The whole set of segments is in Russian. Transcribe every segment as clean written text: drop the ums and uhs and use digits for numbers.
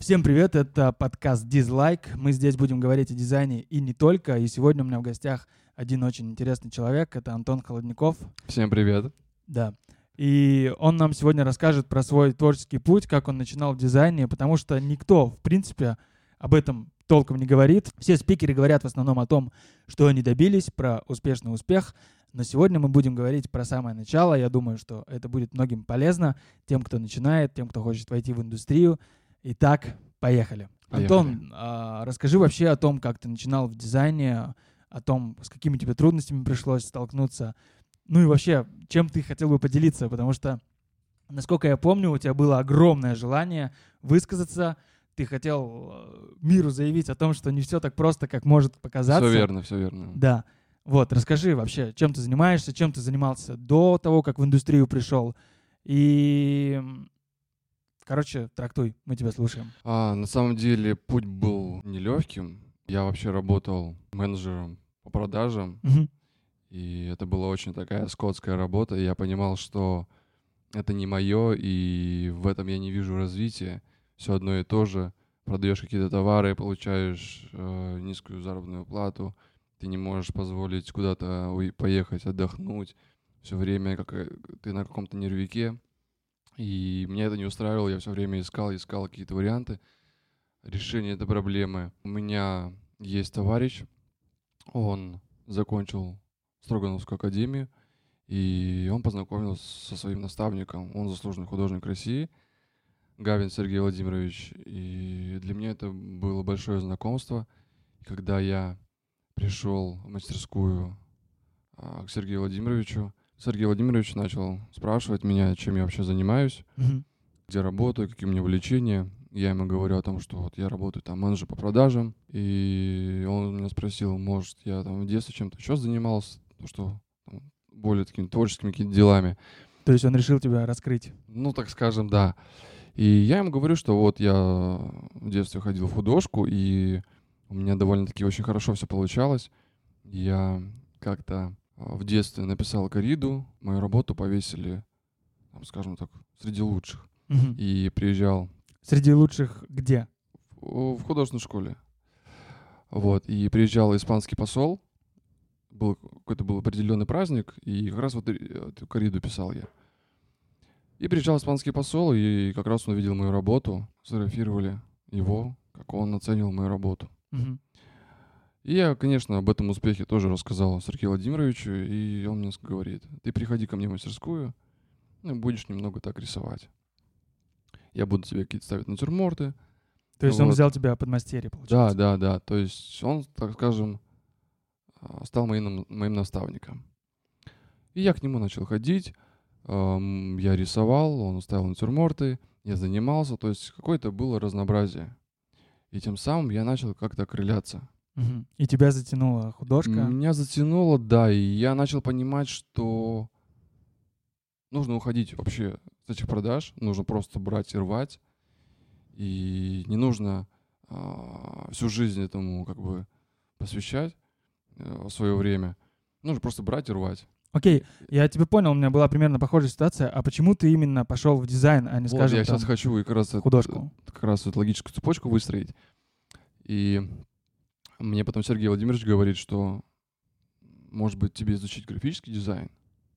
Всем привет, это подкаст Дизлайк. Мы здесь будем говорить о дизайне и не только. И сегодня у меня в гостях один очень интересный человек, это Антон Холодников. Всем привет. Да. И он нам сегодня расскажет про свой творческий путь, как он начинал в дизайне, потому что никто, в принципе, об этом толком не говорит. Все спикеры говорят в основном о том, что они добились, про успешный успех. Но сегодня мы будем говорить про самое начало. Я думаю, что это будет многим полезно, тем, кто начинает, тем, кто хочет войти в индустрию. Итак, поехали. Антон, расскажи вообще о том, как ты начинал в дизайне, о том, с какими тебе трудностями пришлось столкнуться, ну и вообще, чем ты хотел бы поделиться, потому что, насколько я помню, у тебя было огромное желание высказаться, ты хотел миру заявить о том, что не все так просто, как может показаться. Все верно. Да. Вот, расскажи вообще, чем ты занимаешься, чем ты занимался до того, как в индустрию пришел. И, короче, трактуй, мы тебя слушаем. На самом деле путь был нелегким. Я вообще работал менеджером по продажам, и это была очень такая скотская работа. И я понимал, что это не мое, и в этом я не вижу развития. Все одно и то же. Продаешь какие-то товары, получаешь низкую заработную плату. Ты не можешь позволить куда-то поехать, отдохнуть. Все время как ты на каком-то нервике. И меня это не устраивало. Я все время искал какие-то варианты решения этой проблемы. У меня есть товарищ. Он закончил Строгановскую академию. И он познакомился со своим наставником. Он заслуженный художник России. Гавин Сергей Владимирович. И для меня это было большое знакомство. И когда я пришел в мастерскую к Сергею Владимировичу, Сергей Владимирович начал спрашивать меня, чем я вообще занимаюсь, где работаю, какие у меня увлечения. Я ему говорю о том, что вот я работаю там менеджер по продажам. И он меня спросил, может, я там в детстве чем-то еще занимался, что там, более такими творческими какими-то делами. То есть он решил тебя раскрыть? Ну, так скажем, да. И я ему говорю, что вот я в детстве ходил в художку, и у меня довольно-таки очень хорошо все получалось. Я как-то в детстве написал корриду, мою работу повесили, там, скажем так, среди лучших. И приезжал... Среди лучших где? В художественной школе. Вот. И приезжал испанский посол. Какой-то был определенный праздник, и как раз вот эту корриду писал я. И приезжал испанский посол, и как раз он увидел мою работу, сфотографировали его, как он оценил мою работу. И я, конечно, об этом успехе тоже рассказал Сергею Владимировичу, и он мне говорит, ты приходи ко мне в мастерскую, ну, будешь немного так рисовать. Я буду тебе какие-то ставить натюрморты. То есть он взял тебя подмастерье, получается? Да. То есть он, так скажем, стал моим наставником. И я к нему начал ходить, я рисовал, он ставил натюрморты, я занимался, то есть какое-то было разнообразие. И тем самым я начал как-то окрыляться. И тебя затянула художка? Меня затянуло, да, и я начал понимать, что нужно уходить вообще с этих продаж, нужно просто брать и рвать, и не нужно всю жизнь этому как бы посвящать свое время, нужно просто брать и рвать. Окей, я тебя понял, у меня была примерно похожая ситуация. А почему ты именно пошел в дизайн, а не, скажем, я сейчас хочу как раз художку? Как раз эту логическую цепочку выстроить. И мне потом Сергей Владимирович говорит, что, может быть, тебе изучить графический дизайн.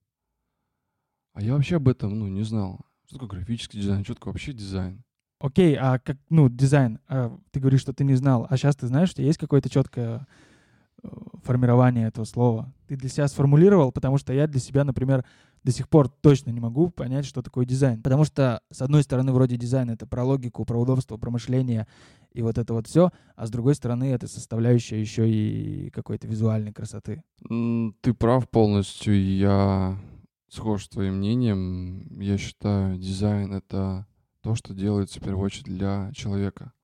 А я вообще об этом, не знал. Что такое графический дизайн, что такое вообще дизайн? Окей, а как, дизайн, ты говоришь, что ты не знал, а сейчас ты знаешь, что есть какое-то четкое формирование этого слова? Ты для себя сформулировал? Потому что я для себя, например, до сих пор точно не могу понять, что такое дизайн. Потому что, с одной стороны, вроде дизайн — это про логику, про удобство, про мышление и вот это вот все, а с другой стороны, это составляющая еще и какой-то визуальной красоты. Ты прав полностью, я схож с твоим мнением. Я считаю, дизайн — это то, что делается в первую очередь для человека.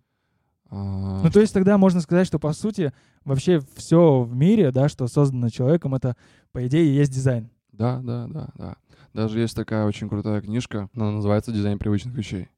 То есть тогда можно сказать, что по сути вообще все в мире, да, что создано человеком, это, по идее, есть дизайн. Да. Даже есть такая очень крутая книжка, она называется «Дизайн привычных вещей».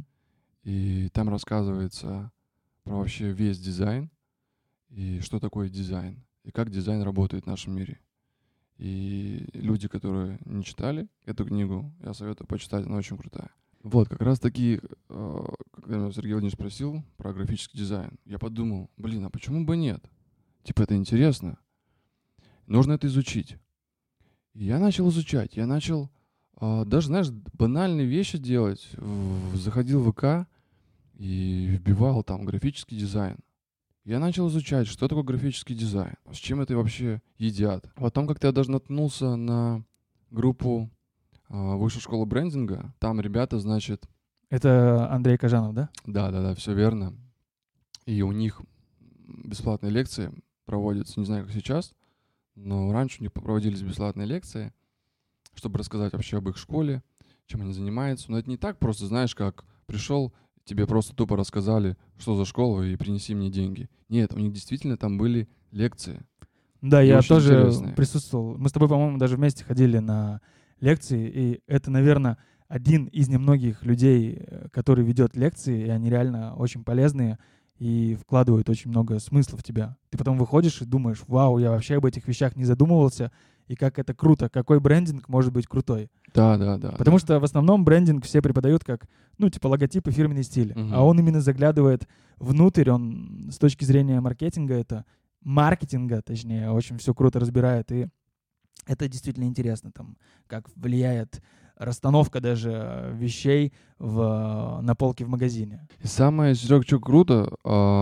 И там рассказывается про вообще весь дизайн, и что такое дизайн, и как дизайн работает в нашем мире. И люди, которые не читали эту книгу, я советую почитать, она очень крутая. Вот, как раз таки, когда меня Сергей Владимирович спросил про графический дизайн, я подумал, блин, а почему бы нет? Типа, это интересно. Нужно это изучить. И я начал изучать. Я начал даже, знаешь, банальные вещи делать. Заходил в ВК и вбивал там графический дизайн. Я начал изучать, что такое графический дизайн, с чем это вообще едят. Потом как-то я даже наткнулся на группу Высшей школы брендинга. Там ребята, значит... Это Андрей Кожанов, да? Да, все верно. И у них бесплатные лекции проводятся, не знаю, как сейчас, но раньше у них проводились бесплатные лекции, чтобы рассказать вообще об их школе, чем они занимаются. Но это не так просто, знаешь, как пришел, тебе просто тупо рассказали, что за школа, и принеси мне деньги. Нет, у них действительно там были лекции. Да, И я очень тоже интересные. присутствовал. Мы с тобой, по-моему, даже вместе ходили на лекции, и это, наверное, один из немногих людей, который ведет лекции, и они реально очень полезные и вкладывают очень много смысла в тебя. Ты потом выходишь и думаешь, вау, я вообще об этих вещах не задумывался, и как это круто, какой брендинг может быть крутой. Да. Потому что в основном брендинг все преподают как, ну, типа логотип и фирменный стиль. Мгм. А он именно заглядывает внутрь, он с точки зрения маркетинга, точнее, очень все круто разбирает. И это действительно интересно, там, как влияет расстановка даже вещей на полке в магазине. И самое, Серег, что круто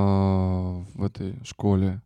в этой школе,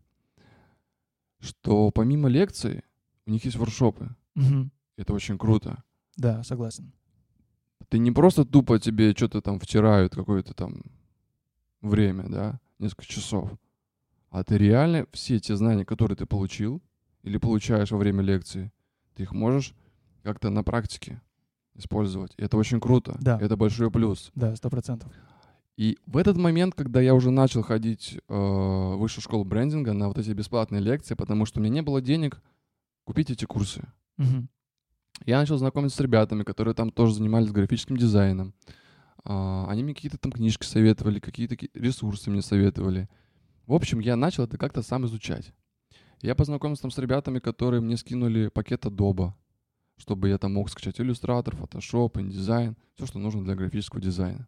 что помимо лекций у них есть воркшопы. Мгм. Это очень круто. Да, согласен. Ты не просто тупо тебе что-то там втирают, какое-то там время, да, несколько часов, а ты реально все те знания, которые ты получил или получаешь во время лекции, ты их можешь как-то на практике использовать. И это очень круто. Да. Это большой плюс. Да, 100%. И в этот момент, когда я уже начал ходить в высшую школу брендинга на вот эти бесплатные лекции, потому что у меня не было денег купить эти курсы, Мгм. я начал знакомиться с ребятами, которые там тоже занимались графическим дизайном. Они мне какие-то там книжки советовали, какие-то ресурсы мне советовали. В общем, я начал это как-то сам изучать. Я познакомился там с ребятами, которые мне скинули пакет Adobe, чтобы я там мог скачать Illustrator, Photoshop, InDesign, все, что нужно для графического дизайна.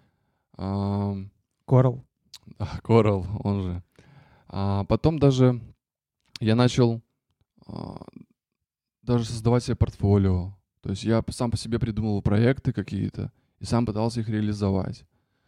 Coral. Coral, он же. Потом даже я начал даже создавать себе портфолио. То есть я сам по себе придумывал проекты какие-то и сам пытался их реализовать.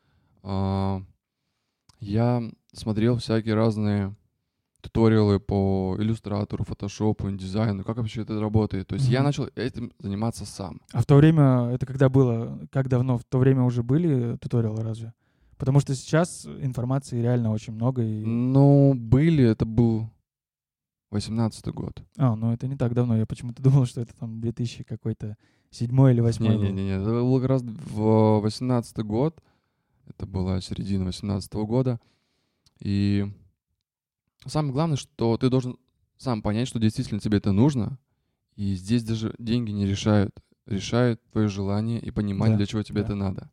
Я смотрел всякие разные туториалы по иллюстратору, фотошопу, дизайну, как вообще это работает. То есть я Мгм. начал этим заниматься сам. А в то время, это когда было, как давно? В то время уже были туториалы разве? Потому что сейчас информации реально очень много. Ну, это был 18-й год. Ну это не так давно. Я почему-то думал, что это там 2000 какой-то 7-й или 8-й был. Не-не-не, это был как раз в 18-й год. Это была середина 18-го года. И самое главное, что ты должен сам понять, что действительно тебе это нужно. И здесь даже деньги не решают. Решают твое желание и понимание, Да, для чего тебе да. это надо.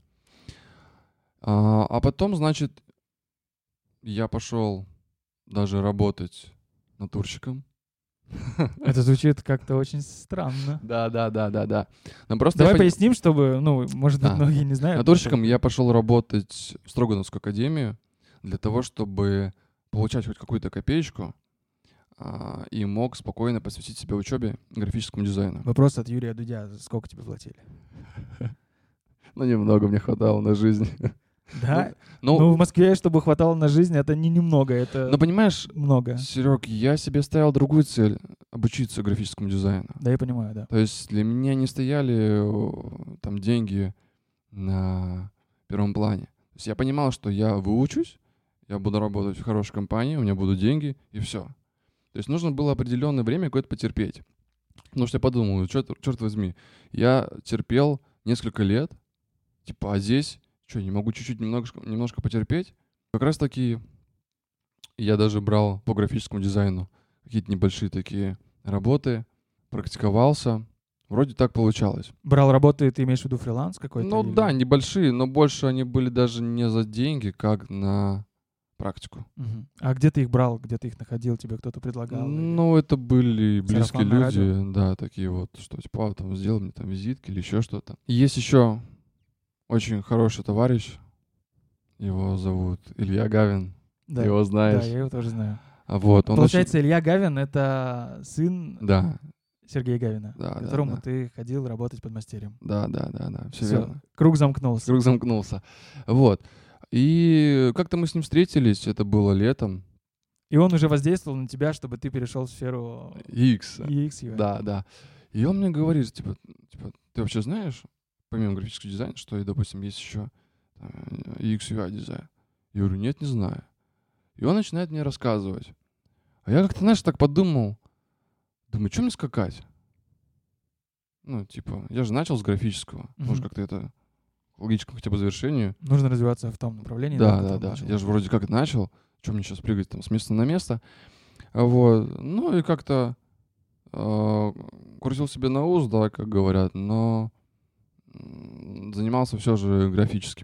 А потом, значит, я пошел даже работать натурщиком. Это звучит как-то очень странно. Да. Но просто Давай поясним, чтобы, может быть, Да. многие не знают. Натурщиком я пошел работать в Строгановскую академию для того, чтобы получать хоть какую-то копеечку и мог спокойно посвятить себя учебе и графическому дизайну. Вопрос от Юрия Дудя. Сколько тебе платили? Ну, немного мне хватало на жизнь. Да? Ну, в Москве, чтобы хватало на жизнь, это не немного, это понимаешь, много. Серег, я себе ставил другую цель — обучиться графическому дизайну. Да, я понимаю, да. То есть для меня не стояли там деньги на первом плане. То есть я понимал, что я выучусь, я буду работать в хорошей компании, у меня будут деньги, и все. То есть нужно было определенное время какое-то потерпеть. Потому что я подумал, черт возьми, я терпел несколько лет, типа, а здесь, что, не могу чуть-чуть немножко потерпеть? Как раз таки я даже брал по графическому дизайну какие-то небольшие такие работы, практиковался. Вроде так получалось. Брал работы, ты имеешь в виду фриланс какой-то? Ну или- да, небольшие, но больше они были даже не за деньги, как на практику. Мгм. А где ты их брал, где ты их находил, тебе кто-то предлагал? или- Ну, это были близкие Сарафанное люди, да, такие вот, что типа, там, сделай мне там визитки или еще что-то. И есть еще очень хороший товарищ. Его зовут Илья Гавин. Да, Ты его знаешь? да, я его тоже знаю. Вот, он Получается, Илья Гавин — это сын Да, Сергея Гавина, да, да, которому да. ты ходил работать подмастерьем. Да, все Всё, верно. круг замкнулся. Круг замкнулся. Вот. И как-то мы с ним встретились, это было летом. И он уже воздействовал на тебя, чтобы ты перешел в сферу UX. UX, UI. Да, да. И он мне говорит, типа, ты вообще знаешь, помимо графического дизайна, что, допустим, есть еще UX, UI дизайн? Я говорю, нет, не знаю. И он начинает мне рассказывать. А я как-то, знаешь, так подумал, думаю, что мне скакать? Ну, типа, я же начал с графического. Может, как-то это к логическому хотя бы завершению. Нужно развиваться в том направлении. Да. Я же вроде как начал. Что мне сейчас прыгать там с места на место? Вот. Ну и как-то крутил себе на ус, да, как говорят, но занимался все же графическим.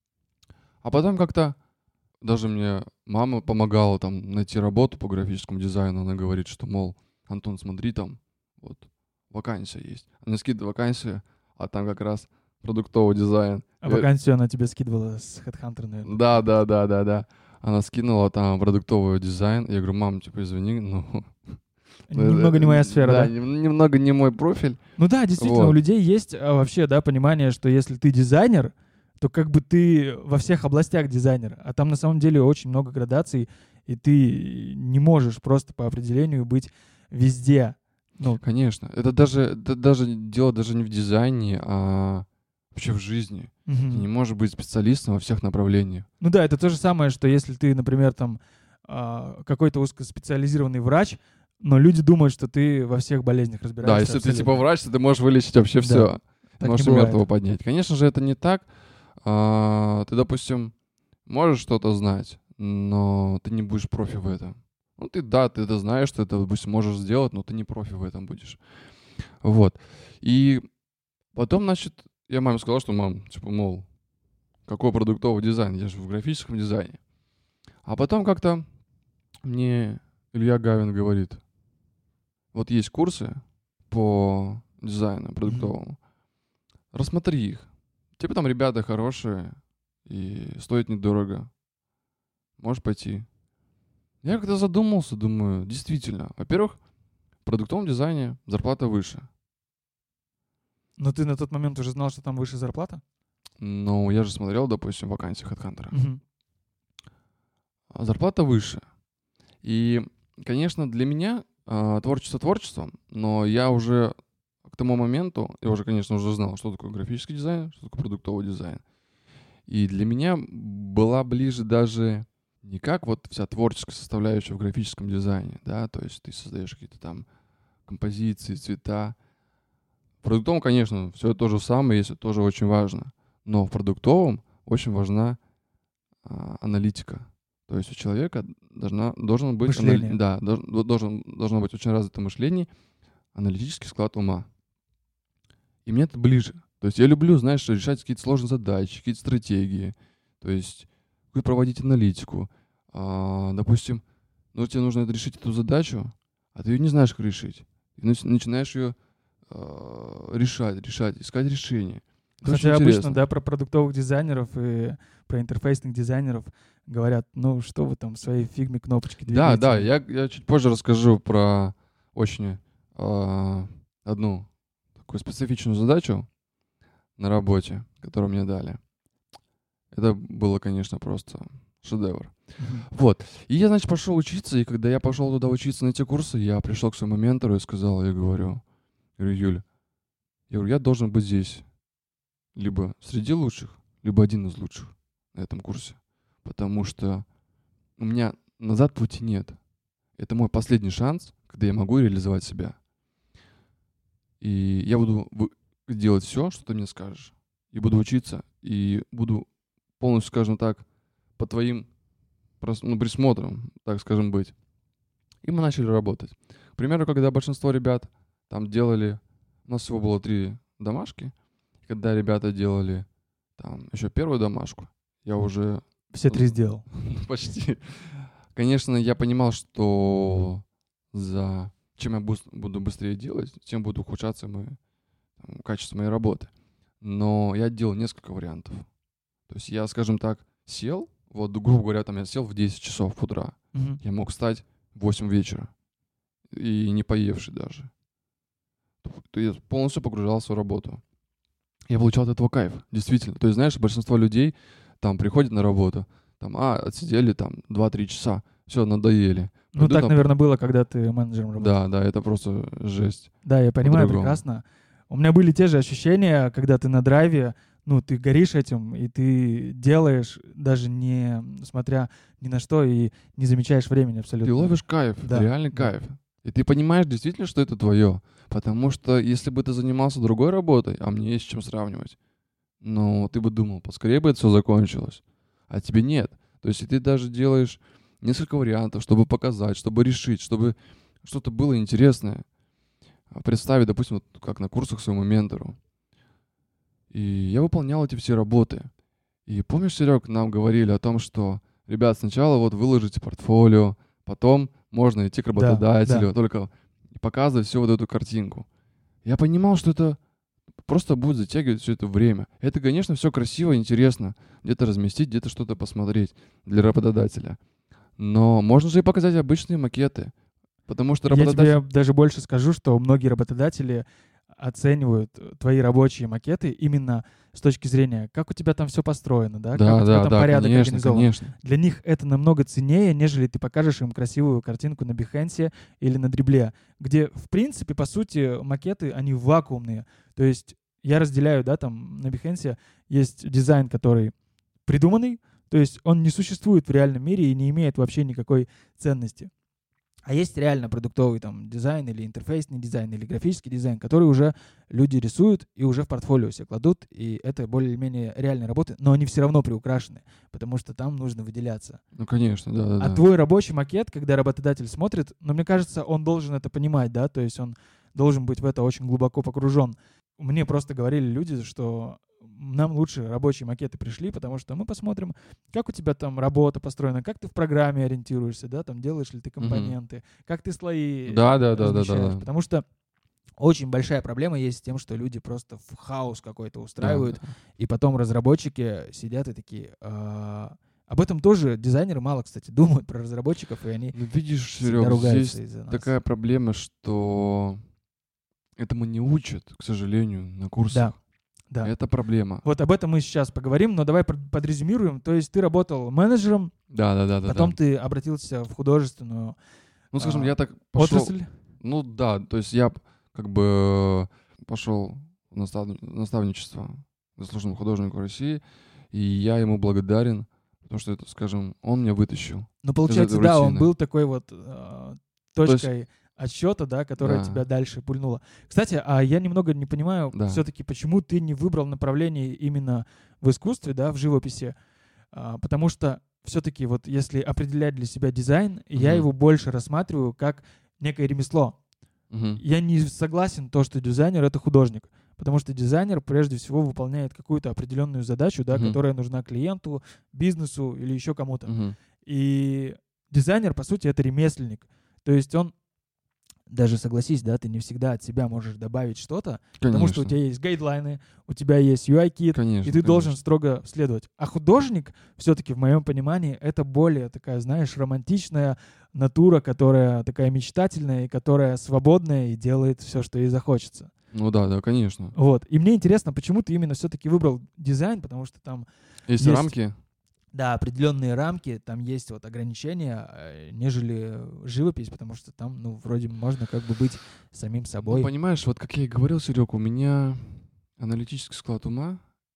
А потом как-то даже мне мама помогала там найти работу по графическому дизайну. Она говорит, что, мол, Антон, смотри, там вот вакансия есть. Она скидывает вакансию, а там как раз продуктовый дизайн. А вакансию она тебе скидывала с HeadHunter, наверное. Да. Она скинула там продуктовый дизайн. Я говорю, мам, типа, извини, ну... Немного не моя сфера, да? Немного не мой профиль. Ну да, действительно, Вот. у людей есть вообще, да, понимание, что если ты дизайнер, то как бы ты во всех областях дизайнер. А там на самом деле очень много градаций, и ты не можешь просто по определению быть везде. Ну, Конечно. Это даже дело даже не в дизайне, а вообще в жизни. Ты не можешь быть специалистом во всех направлениях. Ну да, это то же самое, что если ты, например, там какой-то узкоспециализированный врач, но люди думают, что ты во всех болезнях разбираешься. Да, если абсолютно. ты типа врач, то ты можешь вылечить вообще все. Ты можешь и мертвого поднять. Конечно же, это не так. Ты, допустим, можешь что-то знать, но ты не будешь профи в этом. Ну, ты это знаешь, что это, допустим, можешь сделать, но ты не профи в этом будешь. Вот. И потом, значит, я маме сказал, что, мам, типа, мол, какой продуктовый дизайн? Я же в графическом дизайне. А потом как-то мне Илья Гавин говорит, вот есть курсы по дизайну продуктовому, рассмотри их. Типа там ребята хорошие и стоят недорого. Можешь пойти. Я когда задумался, думаю, действительно, во-первых, в продуктовом дизайне зарплата выше. Но ты на тот момент уже знал, что там выше зарплата? Ну, я же смотрел, допустим, вакансии HeadHunter. Угу. Зарплата выше. И, конечно, для меня творчество творчеством, но я уже к тому моменту, я уже, конечно, уже знал, что такое графический дизайн, что такое продуктовый дизайн. И для меня была ближе даже не как вот вся творческая составляющая в графическом дизайне, да, то есть ты создаешь какие-то там композиции, цвета. В продуктовом, конечно, все то же самое, есть, это тоже очень важно. Но в продуктовом очень важна аналитика. То есть у человека должен быть Мышление. должно быть очень развитое мышление, аналитический склад ума. И мне это ближе. То есть я люблю, знаешь, решать какие-то сложные задачи, какие-то стратегии. То есть проводить аналитику. Допустим, тебе нужно решить эту задачу, а ты ее не знаешь, как решить. И начинаешь ее решать, искать решение. Это Хотя обычно, да, про продуктовых дизайнеров и про интерфейсных дизайнеров говорят, ну что вы там в своей фигме кнопочки двигаете. Да, я чуть позже расскажу про очень одну такую специфичную задачу на работе, которую мне дали. Это было, конечно, просто шедевр. Вот. И я, значит, пошел учиться, и когда я пошел туда учиться на эти курсы, я пришел к своему ментору и сказал, я говорю, Юль, я должен быть здесь либо среди лучших, либо один из лучших на этом курсе. Потому что у меня назад пути нет. Это мой последний шанс, когда я могу реализовать себя. И я буду делать все, что ты мне скажешь. И буду учиться, и буду полностью, скажем так, под твоим присмотром, так скажем, быть. И мы начали работать. К примеру, когда большинство ребят там делали... У нас всего было 3 домашки. Когда ребята делали там еще первую домашку, я уже... Все 3 сделал. Почти. Конечно, я понимал, что чем я буду быстрее делать, тем будет ухудшаться качество моей работы. но я делал несколько вариантов. То есть я, скажем так, сел, вот, грубо говоря, там я сел в 10 часов утра. Я мог встать в 8 вечера, и не поевший даже. Я полностью погружался в работу. Я получал от этого кайф, действительно. То есть, знаешь, большинство людей там приходят на работу, там, отсидели там 2-3 часа, все, надоели. Ну, так, там... наверное, было, когда ты менеджером работал. Да, это просто жесть. Да, я понимаю прекрасно. У меня были те же ощущения, когда ты на драйве, ну, ты горишь этим, и ты делаешь, даже не смотря ни на что, и не замечаешь времени абсолютно. Ты ловишь кайф, да, реальный кайф. И ты понимаешь действительно, что это твое. Потому что если бы ты занимался другой работой, а мне есть с чем сравнивать, ну, ты бы думал, поскорее бы это все закончилось. А тебе нет. То есть и ты даже делаешь несколько вариантов, чтобы показать, чтобы решить, чтобы что-то было интересное. Представить, допустим, вот как на курсах своему ментору. И я выполнял эти все работы. И помнишь, Серег, нам говорили о том, что, ребят, сначала вот выложите портфолио, потом можно идти к работодателю, да. только показывать всю вот эту картинку. Я понимал, что это просто будет затягивать все это время. Это, конечно, все красиво, интересно. Где-то разместить, где-то что-то посмотреть для работодателя. Но можно же и показать обычные макеты. Потому что работодатель... Я тебе даже больше скажу, что многие работодатели оценивают твои рабочие макеты именно с точки зрения, как у тебя там все построено, да, как у тебя там порядок организован. Конечно. Для них это намного ценнее, нежели ты покажешь им красивую картинку на Behance или на Dribbble, где, в принципе, по сути, макеты, они вакуумные. То есть я разделяю, да, там на Behance есть дизайн, который придуманный, то есть он не существует в реальном мире и не имеет вообще никакой ценности. А есть реально продуктовый там дизайн или интерфейсный дизайн или графический дизайн, который уже люди рисуют и уже в портфолио себе кладут, и это более-менее реальные работы, но они все равно приукрашены, потому что там нужно выделяться. Ну, конечно, да. А твой рабочий макет, когда работодатель смотрит, ну, мне кажется, он должен это понимать, да, то есть он должен быть в это очень глубоко погружен. Мне просто говорили люди, что нам лучше рабочие макеты пришли, потому что мы посмотрим, как у тебя там работа построена, как ты в программе ориентируешься, да, там делаешь ли ты компоненты, как ты слои размещаешь. Потому что очень большая проблема есть с тем, что люди просто в хаос какой-то устраивают, и потом разработчики сидят и такие... Об этом тоже дизайнеры мало, кстати, думают про разработчиков, и они видишь, Серег, здесь такая проблема, что этому не учат, к сожалению, на курсах. Да. Это проблема. Вот об этом мы сейчас поговорим, но давай подрезюмируем. То есть ты работал менеджером, потом ты обратился в художественную скажем, я так пошел... отрасль. Ну да, то есть я как бы пошел в наставничество заслуженному художнику России, и я ему благодарен, потому что, это, скажем, он меня вытащил. Ну, получается, да, он был такой вот точкой отсчета, да, которая тебя дальше пульнула. Кстати, а я немного не понимаю все-таки, почему ты не выбрал направление именно в искусстве, да, в живописи, потому что все-таки вот если определять для себя дизайн, я его больше рассматриваю как некое ремесло. Я не согласен то, что дизайнер — это художник, потому что дизайнер прежде всего выполняет какую-то определенную задачу, да, которая нужна клиенту, бизнесу или еще кому-то. И дизайнер, по сути, это ремесленник. То есть он даже, согласись, да, ты не всегда от себя можешь добавить что-то, потому что у тебя есть гайдлайны, у тебя есть UI-кит, и ты должен строго следовать. А художник, все-таки, в моем понимании, это более такая, знаешь, романтичная натура, которая такая мечтательная, и которая свободная и делает все, что ей захочется. Ну да, конечно. Вот. И мне интересно, почему ты именно все-таки выбрал дизайн, потому что там есть рамки. Да, определенные рамки, там есть вот ограничения, нежели живопись, потому что там, ну, вроде можно как бы быть самим собой. Ну, понимаешь, вот как я и говорил, Серег, у меня аналитический склад ума,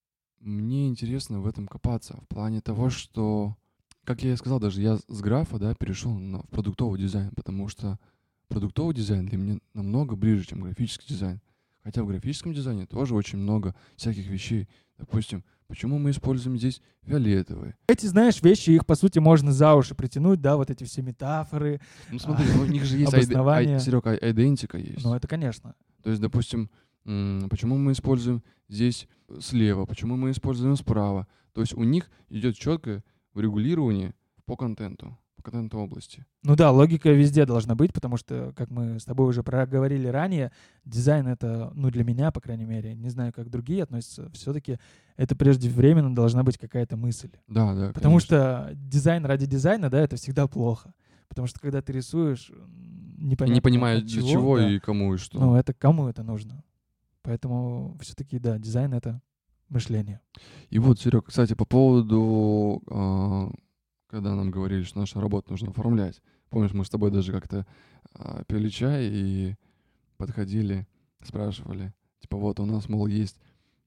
мне интересно в этом копаться, в плане того, что, как я и сказал, даже я с графа, да, перешел в продуктовый дизайн, потому что продуктовый дизайн для меня намного ближе, чем графический дизайн. Хотя в графическом дизайне тоже очень много всяких вещей. Допустим, почему мы используем здесь фиолетовые? Эти, знаешь, вещи, их, по сути, можно за уши притянуть, да, вот эти все метафоры. Ну, смотри, у них же есть Серега, идентика есть. Ну, это конечно. То есть, допустим, почему мы используем здесь слева, почему мы используем справа. То есть у них идет четкое регулирование по контенту. контентной области. Ну да, логика везде должна быть, потому что, как мы с тобой уже проговорили ранее, дизайн — это, ну для меня, по крайней мере, не знаю, как другие относятся, все-таки это преждевременно должна быть какая-то мысль. Да, да, Потому конечно. что дизайн ради дизайна, да, это всегда плохо. Потому что когда ты рисуешь, непонятно Не понимаю, от для чего да, и кому и что. ну это кому это нужно. Поэтому все-таки, да, дизайн — это мышление. И вот, Серег, кстати, по поводу, когда нам говорили, что нашу работу нужно оформлять. Помнишь, мы с тобой даже как-то пили чай и подходили, спрашивали. Типа, вот у нас, мол, есть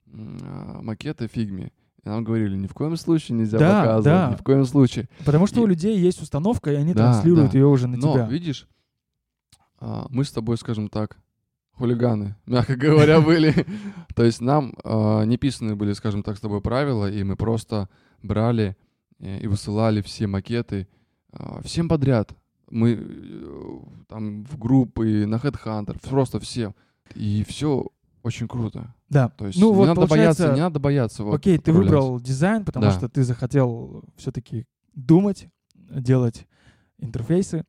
макеты фигми. И нам говорили, ни в коем случае нельзя Да, показывать, да. ни в коем случае. Потому что И- у людей есть установка, и они Да, транслируют да. ее уже на Но, тебя. видишь, мы с тобой, скажем так, хулиганы, мягко говоря, были. То есть нам не были, скажем так, с тобой правила, и мы просто брали и высылали все макеты всем подряд. Мы там в группы, на Headhunter, просто всем. И все очень круто. Да. То есть Ну не вот надо получается, бояться, не надо бояться. Вот, окей, ты отправлять. выбрал дизайн, потому Да. что ты захотел все-таки думать, делать интерфейсы,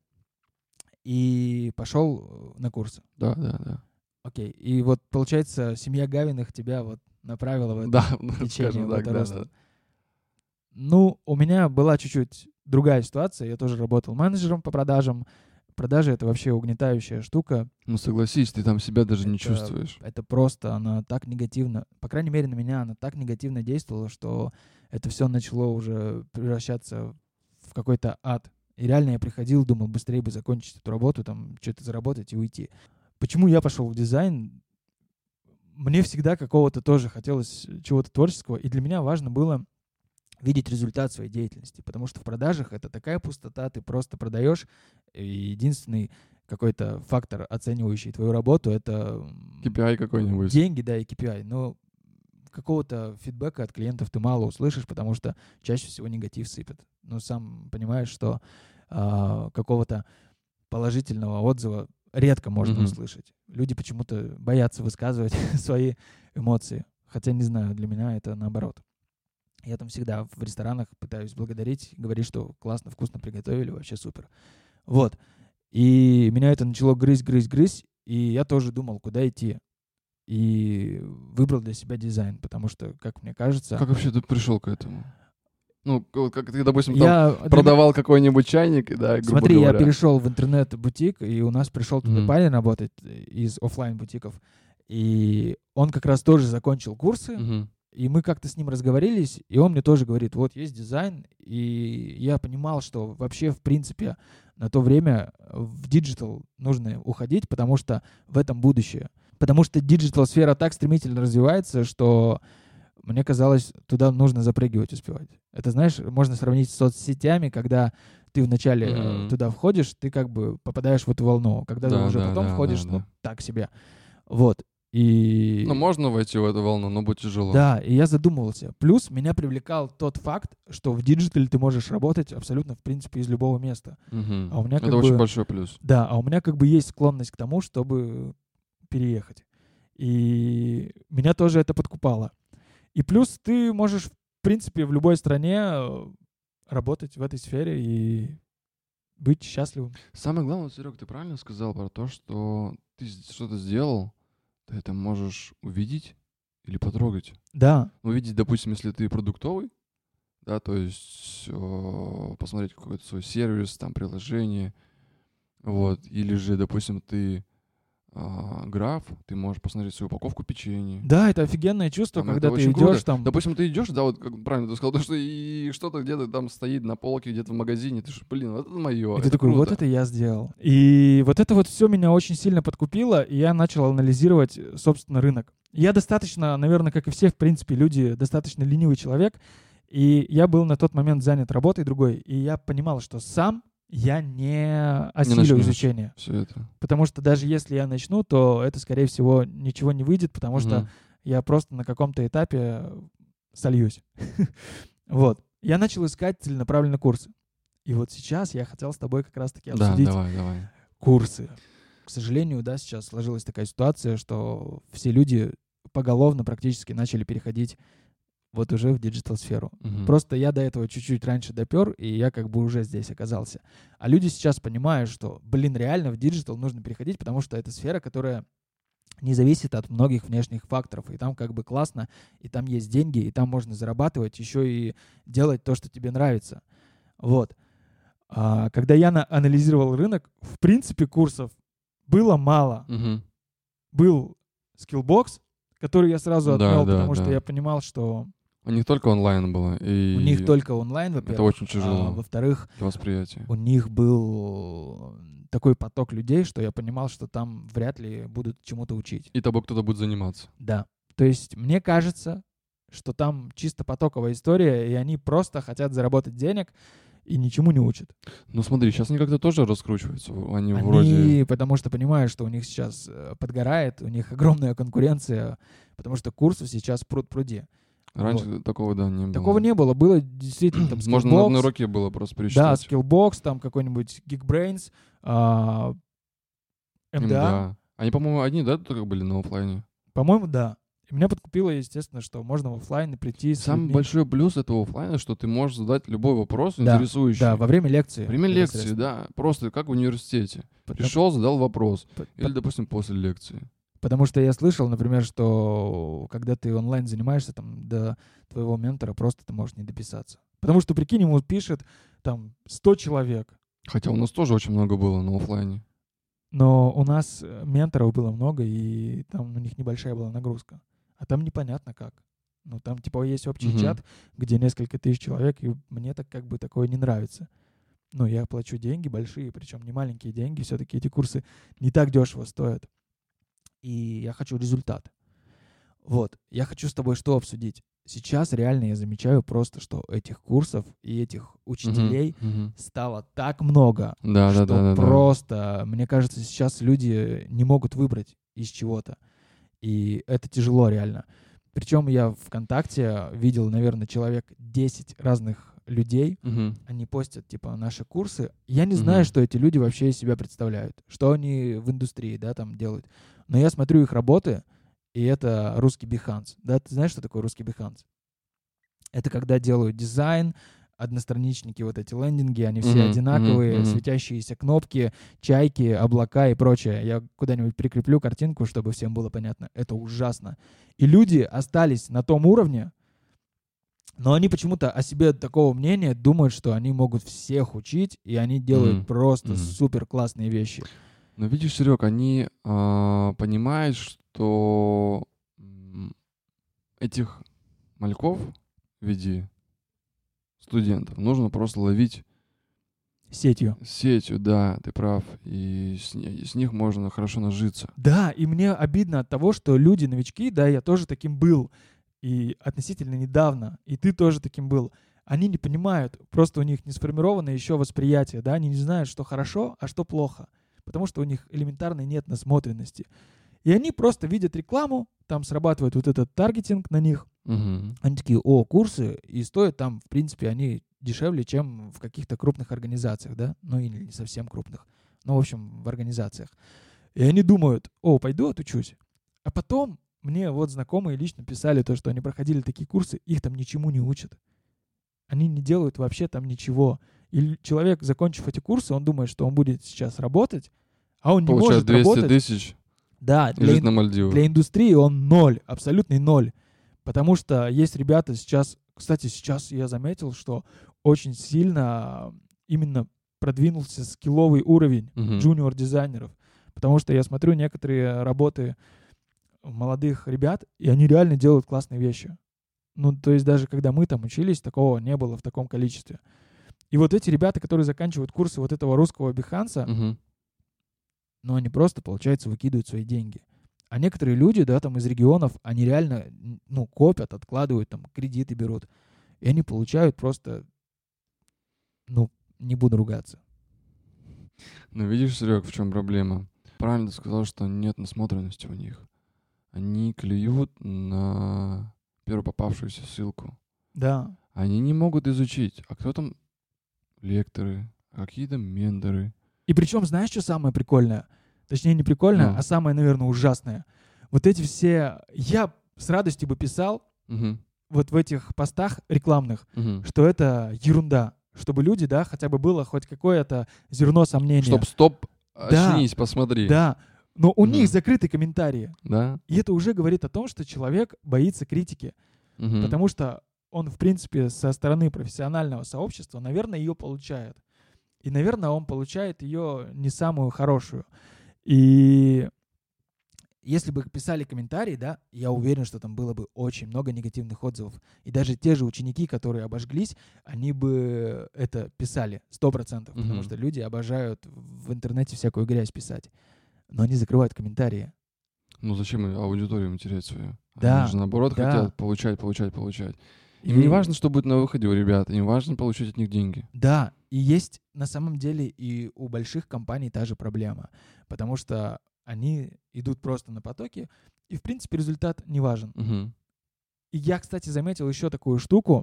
и пошел на курсы. Да, да, да. Окей. И вот, получается, семья Гавиных тебя вот направила в это Да, течение, скажем в так, это да, русло. да. Ну, у меня была чуть-чуть другая ситуация. Я тоже работал менеджером по продажам. Продажи — это вообще угнетающая штука. Ну согласись, ты там себя даже не Это- чувствуешь. Это просто, она так негативно, по крайней мере, на меня она так негативно действовала, что это все начало уже превращаться в какой-то ад. И реально я приходил, думал, быстрее бы закончить эту работу, там, что-то заработать и уйти. Почему я пошел в дизайн? Мне всегда какого-то тоже хотелось чего-то творческого, и для меня важно было видеть результат своей деятельности, потому что в продажах это такая пустота, ты просто продаешь, и единственный какой-то фактор, оценивающий твою работу, это KPI какой-нибудь. деньги, да, и KPI, но какого-то фидбэка от клиентов ты мало услышишь, потому что чаще всего негатив сыпет. Но сам понимаешь, что какого-то положительного отзыва редко можно Мгм. услышать. Люди почему-то боятся высказывать свои эмоции. Хотя, не знаю, для меня это наоборот. Я там всегда в ресторанах пытаюсь благодарить, говорить, что классно, вкусно приготовили, вообще супер. Вот. И меня это начало грызть, и я тоже думал, куда идти. И выбрал для себя дизайн, потому что, как мне кажется... Как вообще ты пришел к этому? Ну, как ты, допустим, там я продавал какой-нибудь чайник, да, грубо Смотри, говоря. я перешел в интернет-бутик, и у нас пришел туда Мгм. парень работать из оффлайн-бутиков. И он как раз тоже закончил курсы, Мгм. и мы как-то с ним разговорились, и он мне тоже говорит, вот есть дизайн, и я понимал, что вообще, в принципе, на то время в диджитал нужно уходить, потому что в этом будущее. Потому что диджитал-сфера так стремительно развивается, что мне казалось, туда нужно запрыгивать, успевать. Это, знаешь, можно сравнить с соцсетями, когда ты вначале Мгм. туда входишь, ты как бы попадаешь в эту волну. Когда ты Да, уже да, потом да, входишь, да, ну, да. так себе. Вот. И... Ну, можно войти в эту волну, но будет тяжело. Да, и я задумывался. Плюс меня привлекал тот факт, что в диджитале ты можешь работать абсолютно, в принципе, из любого места. Мгм. А у меня Это как очень бы- большой плюс. Да, а у меня как бы есть склонность к тому, чтобы переехать. И меня тоже это подкупало. И плюс ты можешь, в принципе, в любой стране работать в этой сфере и быть счастливым. Самое главное, Серег, ты правильно сказал про то, что ты что-то сделал, ты это можешь увидеть или потрогать. Да, Увидеть, допустим, если ты продуктовый, да, то есть посмотреть какой-то свой сервис, там, приложение, вот, или же, допустим, ты граф, ты можешь посмотреть свою упаковку печенья. да, это офигенное чувство, Там когда это ты очень идешь круто. там. Допустим, ты идешь, да, вот как правильно ты сказал, то, что и что-то где-то там стоит на полке, где-то в магазине, ты же, блин, вот это мое. И ты такой, вот это я сделал. И вот это вот все меня очень сильно подкупило, и я начал анализировать, собственно, рынок. Я достаточно, наверное, как и все, в принципе, люди, достаточно ленивый человек, и я был на тот момент занят работой другой, и я понимал, что сам я не осилю начнешь. изучение. Все это. Потому что даже если я начну, то это, скорее всего, ничего не выйдет, потому что Мгм. я просто на каком-то этапе сольюсь. Вот. Я начал искать целенаправленно курсы. И вот сейчас я хотел с тобой как раз-таки Да, обсудить давай. курсы. К сожалению, да, сейчас сложилась такая ситуация, что все люди поголовно практически начали переходить вот уже в диджитал-сферу. Просто я до этого чуть-чуть раньше допер, и я как бы уже здесь оказался. А люди сейчас понимают, что, реально в диджитал нужно переходить, потому что это сфера, которая не зависит от многих внешних факторов. И там как бы классно, и там есть деньги, и там можно зарабатывать, еще и делать то, что тебе нравится. Вот. Когда я анализировал рынок, в принципе, курсов было мало. Был Skillbox, который я сразу отмел, потому что я понимал, что... У них только онлайн было. И у них только онлайн, во-первых. Это очень тяжело. Во-вторых, восприятие. У них был такой поток людей, что я понимал, что там вряд ли будут чему-то учить. И тобой кто-то будет заниматься. Да. То есть мне кажется, что там чисто потоковая история, и они просто хотят заработать денег и ничему не учат. Ну смотри, сейчас они как-то тоже раскручиваются. Они вроде... потому что понимают, что у них сейчас подгорает, у них огромная конкуренция, потому что курсов сейчас пруд-пруди. Раньше такого, не было. Такого не было. Было действительно там Skillbox. Можно на одной руке было просто пересчитать. Да, Skillbox, там какой-нибудь Geekbrains, МДА. Они, по-моему, одни, только были на офлайне? По-моему, да. И меня подкупило, естественно, что можно в офлайн прийти с Самый людьми. большой плюс этого офлайна, что ты можешь задать любой вопрос интересующий. Да, во время лекции. Во время лекции, да. Просто как в университете. Пришел, задал вопрос. Или, допустим, после лекции. Потому что я слышал, например, что когда ты онлайн занимаешься, там, до твоего ментора просто ты можешь не дописаться. Потому что, прикинь, ему пишет там 100 человек. Хотя у нас тоже очень много было на офлайне. Но у нас менторов было много, и там у них небольшая была нагрузка. А там непонятно как. Ну, там типа есть общий чат, где несколько тысяч человек, и мне так как бы такое не нравится. Ну, я плачу деньги большие, причем не маленькие деньги. Все-таки эти курсы не так дешево стоят. И я хочу результат. Вот. Я хочу с тобой что обсудить? Сейчас реально я замечаю просто, что этих курсов и этих учителей стало так много, что просто, мне кажется, сейчас люди не могут выбрать из чего-то. И это тяжело реально. Причем я в ВКонтакте видел, наверное, человек 10 разных людей. Они постят, типа, наши курсы. Я не знаю, что эти люди вообще из себя представляют. Что они в индустрии, там делают. Но я смотрю их работы, и это русский Behance. Да, ты знаешь, что такое русский Behance? Это когда делают дизайн, одностраничники, вот эти лендинги, они все одинаковые, светящиеся кнопки, чайки, облака и прочее. Я куда-нибудь прикреплю картинку, чтобы всем было понятно. Это ужасно. И люди остались на том уровне, но они почему-то о себе такого мнения думают, что они могут всех учить, и они делают просто супер классные вещи. Но видишь, Серег, они понимают, что этих мальков в виде студентов нужно просто ловить сетью, да, ты прав. И с них можно хорошо нажиться. Да, и мне обидно от того, что люди, новички, да, я тоже таким был, и относительно недавно, и ты тоже таким был. Они не понимают, просто у них не сформировано еще восприятие, да, они не знают, что хорошо, а что плохо, потому что у них элементарно нет насмотренности. И они просто видят рекламу, там срабатывает вот этот таргетинг на них. Они такие, курсы, и стоят там, в принципе, они дешевле, чем в каких-то крупных организациях, да, ну или не совсем крупных, но, в общем, в организациях. И они думают, пойду отучусь. А потом мне вот знакомые лично писали то, что они проходили такие курсы, их там ничему не учат. Они не делают вообще там ничего. И человек, закончив эти курсы, он думает, что он будет сейчас работать, а он не может работать. 200 тысяч. Да, для индустрии он ноль, абсолютный ноль. Потому что есть ребята сейчас, кстати, сейчас я заметил, что очень сильно именно продвинулся скилловый уровень джуниор-дизайнеров. Потому что я смотрю некоторые работы молодых ребят, и они реально делают классные вещи. Ну, то есть даже когда мы там учились, такого не было в таком количестве. И вот эти ребята, которые заканчивают курсы вот этого русского Behance, ну, они просто, получается, выкидывают свои деньги. А некоторые люди, да, там из регионов, они реально, ну, копят, откладывают, там, кредиты берут. И они получают просто, ну, не буду ругаться. Ну, видишь, Серег, в чем проблема? Правильно ты сказал, что нет насмотренности у них. Они клюют на первую попавшуюся ссылку. Да. Они не могут изучить. А кто там лекторы, какие-то менторы. И причем, знаешь, что самое прикольное? Точнее, не прикольное, а самое, наверное, ужасное. Вот эти все... Я с радостью бы писал вот в этих постах рекламных, Мгм. что это ерунда, чтобы люди, да, хотя бы было хоть какое-то зерно сомнения. Стоп, Да. очнись, посмотри. Да, но у Мгм. них закрыты комментарии. Да? И это уже говорит о том, что человек боится критики, Мгм. потому что он, в принципе, со стороны профессионального сообщества, наверное, ее получает. И, наверное, он получает ее не самую хорошую. И если бы писали комментарии, да, я уверен, что там было бы очень много негативных отзывов. И даже те же ученики, которые обожглись, они бы это писали 100%, потому Мгм. что люди обожают в интернете всякую грязь писать. Но они закрывают комментарии. Ну зачем аудиторию терять свою? Да, Они же наоборот да. хотят получать. Им не важно, что будет на выходе у ребят, им важно получить от них деньги. Да, и есть на самом деле и у больших компаний та же проблема, потому что они идут просто на потоки, и, в принципе, результат не важен. Мгм. И я, кстати, заметил еще такую штуку,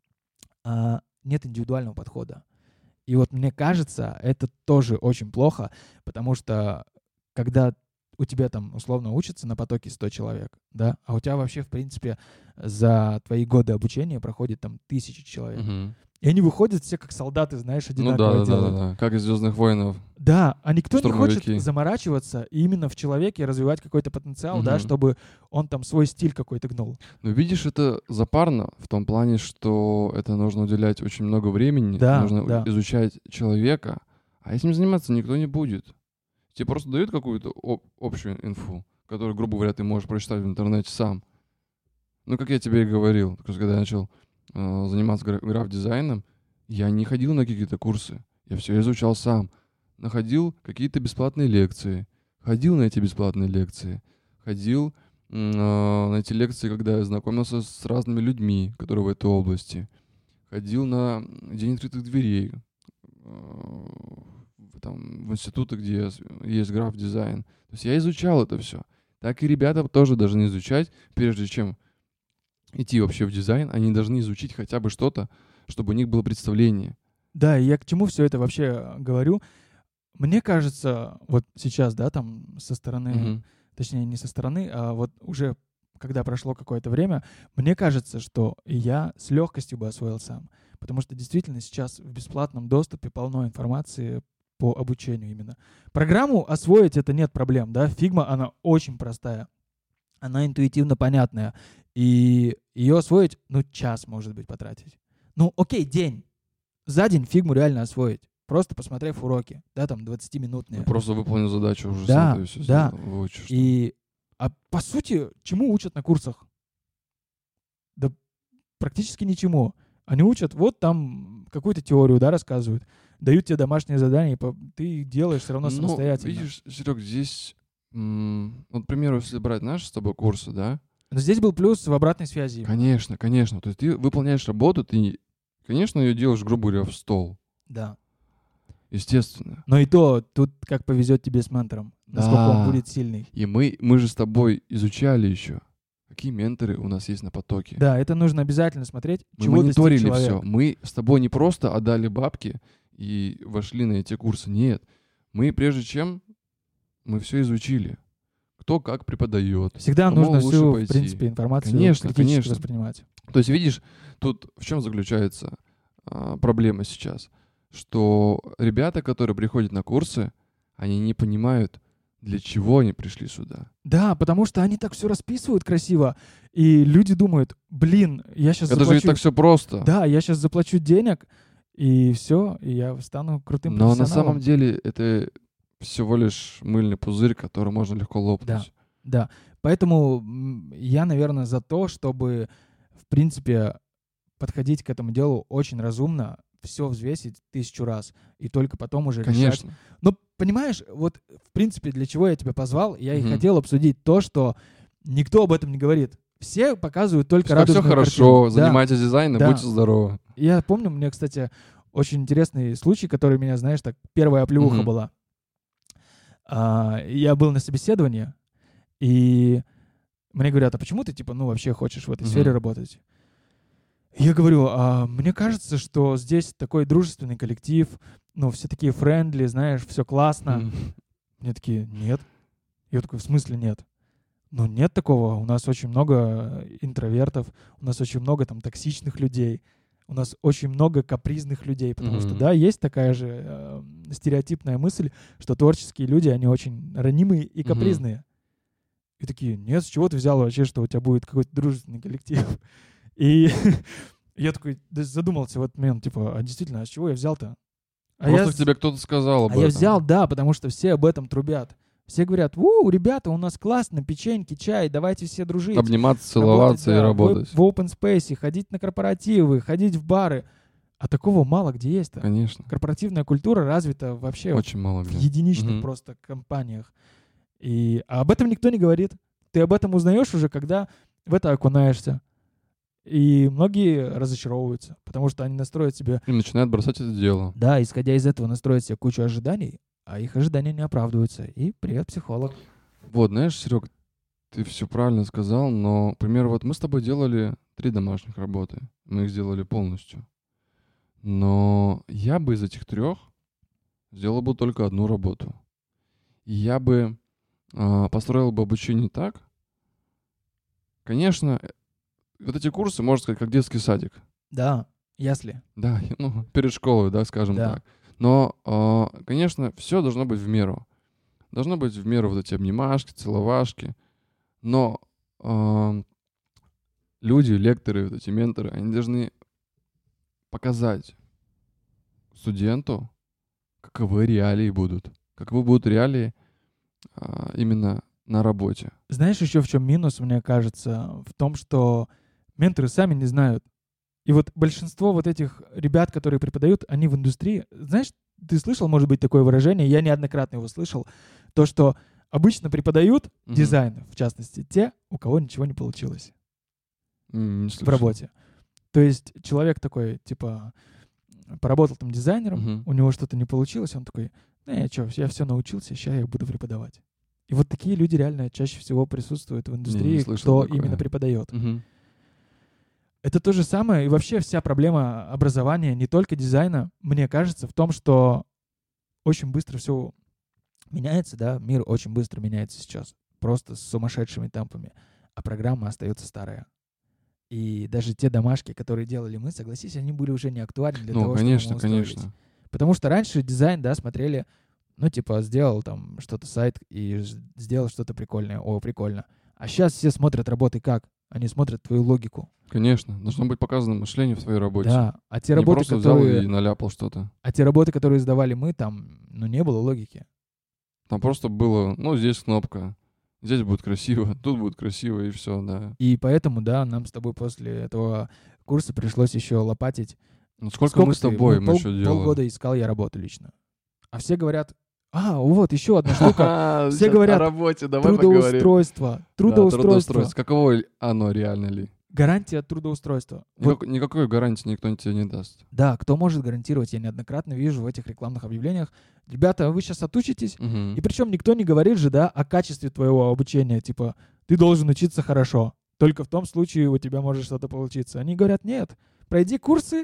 нет индивидуального подхода. И вот мне кажется, это тоже очень плохо, потому что когда у тебя там условно учатся на потоке 100 человек, да, а у тебя вообще, в принципе, за твои годы обучения проходит там 1000 человек. Мгм. И они выходят все как солдаты, знаешь, Ну одинаково делают. да. Как из «Звездных воинов». Да, а никто не хочет Штурмовики. заморачиваться и именно в человеке развивать какой-то потенциал, да, Мгм. чтобы он там свой стиль какой-то гнул. Ну, видишь, это запарно в том плане, что это нужно уделять очень много времени, Да, нужно да. изучать человека, а этим заниматься никто не будет. Тебе просто дают какую-то общую инфу, которую, грубо говоря, ты можешь прочитать в интернете сам. Ну, как я тебе и говорил, когда я начал заниматься граф-дизайном, я не ходил на какие-то курсы, я все изучал сам. Находил какие-то бесплатные лекции, ходил на эти бесплатные лекции, ходил на эти лекции, когда я знакомился с разными людьми, которые в этой области. Ходил на День открытых дверей, там, в институты, где есть граф-дизайн. То есть я изучал это все. Так и ребята тоже должны изучать, прежде чем идти вообще в дизайн, они должны изучить хотя бы что-то, чтобы у них было представление. Да, и я к чему все это вообще говорю? Мне кажется, вот сейчас, да, там со стороны, Мгм. точнее не со стороны, а вот уже когда прошло какое-то время, мне кажется, что я с легкостью бы освоил сам. Потому что действительно сейчас в бесплатном доступе полно информации по обучению именно. Программу освоить это нет проблем, да. Figma, она очень простая. Она интуитивно понятная. И ее освоить, ну, час, может быть, потратить. Ну, окей, день. За день фигму реально освоить. Просто посмотрев уроки, да, там 20-минутные. Ну, просто выполнил задачу, уже Да, сам ты все да. выучишь. А по сути, чему учат на курсах? Да практически ничему. Они учат, вот там какую-то теорию, да, рассказывают. Дают тебе домашние задания, ты их делаешь все равно самостоятельно. Видишь, Серег, здесь, вот, к примеру, если брать наши с тобой курсы, да? Но здесь был плюс в обратной связи. Конечно. То есть ты выполняешь работу, ты, конечно, ее делаешь, грубо говоря, в стол. Да. Естественно. Но и то, тут как повезет тебе с ментором, насколько он будет сильный. И мы же с тобой изучали еще, какие менторы у нас есть на потоке. Да, это нужно обязательно смотреть, Мы чего достиг мониторили человек. все. Мы с тобой не просто отдали бабки и вошли на эти курсы. Нет. Мы прежде чем, мы все изучили. Кто как преподает. Всегда кому нужно лучше всю, пойти. в принципе, информацию Конечно, критически воспринимать. То есть, видишь, тут в чем заключается проблема сейчас? Что ребята, которые приходят на курсы, они не понимают, для чего они пришли сюда. Да, потому что они так все расписывают красиво, и люди думают, блин, я сейчас Это же ведь так все просто. Да, я сейчас заплачу денег, и все, и я стану крутым Но профессионалом. на самом деле это всего лишь мыльный пузырь, который можно легко лопнуть. Да. Поэтому я, наверное, за то, чтобы, в принципе, подходить к этому делу очень разумно, все взвесить 1000 раз, и только потом уже решать. Конечно. Но, понимаешь, вот, в принципе, для чего я тебя позвал, я и Мгм. хотел обсудить то, что никто об этом не говорит. Все показывают только Все радужную хорошо, картину. Да. занимайтесь дизайном, Да. будьте здоровы. Я помню, мне, кстати, очень интересный случай, который меня, знаешь, так, первая оплеуха Мгм. была. Я был на собеседовании, и мне говорят, а почему ты, типа, вообще хочешь в этой Мгм. сфере работать? Я говорю, мне кажется, что здесь такой дружественный коллектив, все такие френдли, знаешь, все классно. Мгм. Мне такие, нет. Я такой, в смысле нет? Ну, нет такого. У нас очень много интровертов, у нас очень много там токсичных людей, у нас очень много капризных людей, потому что, да, есть такая же стереотипная мысль, что творческие люди, они очень ранимые и капризные. И такие, нет, с чего ты взял вообще, что у тебя будет какой-то дружественный коллектив? И я такой задумался в этот момент, типа, а действительно, а с чего я взял-то? Просто тебе кто-то сказал об этом. А я взял, да, потому что все об этом трубят. Все говорят, ребята, у нас классно, печеньки, чай, давайте все дружить. Обниматься, целоваться и работать. В open space, ходить на корпоративы, ходить в бары. А такого мало где есть-то. Конечно. Корпоративная культура развита вообще очень мало в единичных просто компаниях. А об этом никто не говорит. Ты об этом узнаешь уже, когда в это окунаешься. И многие разочаровываются, потому что они настроят себе... И начинают бросать это дело. Да, исходя из этого, настроят себе кучу ожиданий, а их ожидания не оправдываются. И привет, психолог. Вот, знаешь, Серег, ты все правильно сказал, но, к примеру, вот мы с тобой делали 3 домашних работы. Мы их сделали полностью. Но я бы из этих 3 сделал бы только 1 работу. И я бы построил бы обучение так. Конечно, вот эти курсы, можно сказать, как детский садик. Да, ясли. Да, перед школой, да, скажем так. Но, конечно, все должно быть в меру. Должно быть в меру вот эти обнимашки, целовашки. Но люди, лекторы, вот эти менторы, они должны показать студенту, каковы реалии будут. Каковы будут реалии именно на работе. Знаешь, еще в чем минус, мне кажется? В том, что менторы сами не знают. И вот большинство вот этих ребят, которые преподают, они в индустрии. Знаешь, ты слышал, может быть, такое выражение, я неоднократно его слышал, то, что обычно преподают дизайн, в частности, те, у кого ничего не получилось в работе. То есть человек такой, типа, поработал там дизайнером, у него что-то не получилось, он такой, я все научился, сейчас я буду преподавать. И вот такие люди реально чаще всего присутствуют в индустрии, кто именно преподает. Это то же самое, и вообще вся проблема образования, не только дизайна, мне кажется, в том, что очень быстро все меняется, да, мир очень быстро меняется сейчас, просто с сумасшедшими темпами, а программа остается старая. И даже те домашки, которые делали мы, согласись, они были уже не актуальны для того, конечно, чтобы мы устроились. Конечно. Потому что раньше дизайн, да, смотрели, сделал там что-то сайт и сделал что-то прикольное, прикольно. А сейчас все смотрят работы как? Они смотрят твою логику. Конечно. Должно быть показано мышление в твоей работе. Да. А те работы, просто взял и наляпал что-то. А те работы, которые сдавали мы, там, не было логики. Там просто было, здесь кнопка, здесь будет красиво, тут будет красиво, и все, да. И поэтому, да, нам с тобой после этого курса пришлось еще лопатить. Сколько мы с тобой мы еще делали? Полгода искал я работу лично. А все говорят, вот еще одна штука. Все говорят, о работе, давай трудоустройство. Трудоустройство. Каково оно, реально ли? Гарантия трудоустройства. Никакой гарантии никто тебе не даст. Да, кто может гарантировать? Я неоднократно вижу в этих рекламных объявлениях. Ребята, вы сейчас отучитесь, и причем никто не говорит же, да, о качестве твоего обучения. Типа, ты должен учиться хорошо. Только в том случае у тебя может что-то получиться. Они говорят, нет, пройди курсы,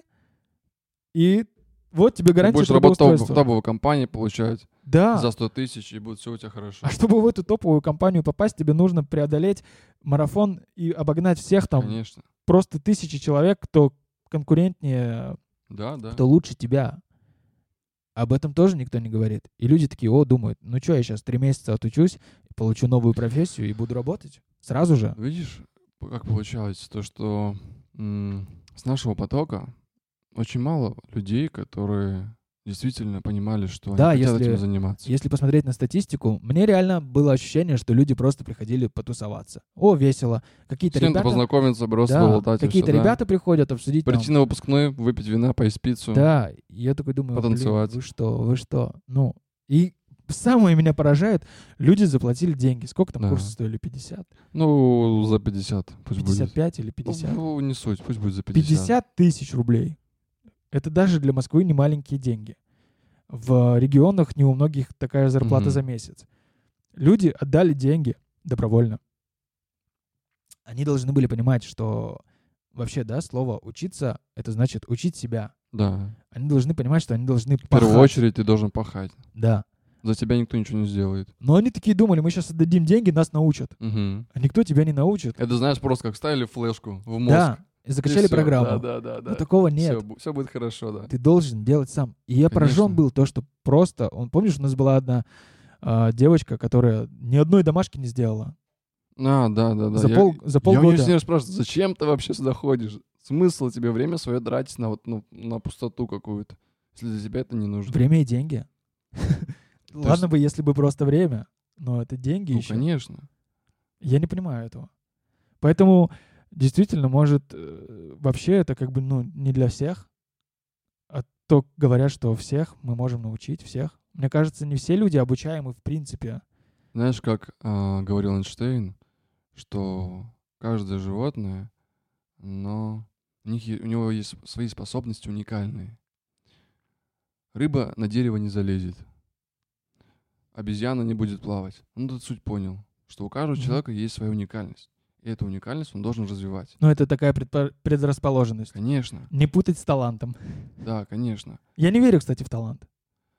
и вот тебе гарантия трудоустройства. Будешь работать в топовой компании, получать за 100 тысяч, и будет все у тебя хорошо. А чтобы в эту топовую компанию попасть, тебе нужно преодолеть марафон и обогнать всех там. Конечно. Просто тысячи человек, кто конкурентнее, кто лучше тебя. Об этом тоже никто не говорит. И люди такие, думают, я сейчас 3 месяца отучусь, получу новую профессию и буду работать. Сразу же. Видишь, как получалось, то, что с нашего потока очень мало людей, которые действительно понимали, что они хотят этим заниматься. Если посмотреть на статистику, мне реально было ощущение, что люди просто приходили потусоваться. Весело. Какие-то ребята... познакомиться, просто болтать. Какие-то ребята приходят обсудить... Прийти на выпускной, выпить вина, поесть пиццу. Да, я такой думаю, потанцевать. Вы что? И самое меня поражает, люди заплатили деньги. Сколько там курсы стоили? 50? За 50 пусть 55 будет. или 50? Не суть, пусть будет за 50. 50 тысяч рублей. Это даже для Москвы не маленькие деньги. В регионах не у многих такая зарплата за месяц. Люди отдали деньги добровольно. Они должны были понимать, что вообще, слово «учиться» — это значит учить себя. Да. Они должны понимать, что они должны пахать. В первую очередь ты должен пахать. Да. За тебя никто ничего не сделает. Но они такие думали, мы сейчас отдадим деньги, нас научат. Угу. А никто тебя не научит. Это, знаешь, просто как ставили флешку в мозг. Да, и закачали всё. программу. Да. Но такого нет. Все будет хорошо, да. Ты должен делать сам. И я поражен был то, что просто... Помнишь, у нас была одна девочка, которая ни одной домашки не сделала. Да. За Я у полгода. нее всегда спрашиваю, зачем ты вообще сюда ходишь? Смысл тебе время свое тратить на пустоту какую-то, если для тебя это не нужно? Время и деньги. Ладно бы, если бы просто время, но это деньги еще. Ну, конечно. Я не понимаю этого. Поэтому действительно, может, вообще это как бы, не для всех. А то говорят, что всех мы можем научить, всех. Мне кажется, не все люди обучаемы в принципе. Знаешь, как говорил Эйнштейн, что каждое животное, но у него есть свои способности уникальные. Рыба на дерево не залезет. Обезьяна не будет плавать. Он тут суть понял, что у каждого человека есть своя уникальность. И эту уникальность он должен развивать. Но это такая предрасположенность. Конечно. Не путать с талантом. Да, конечно. Я не верю, кстати, в талант.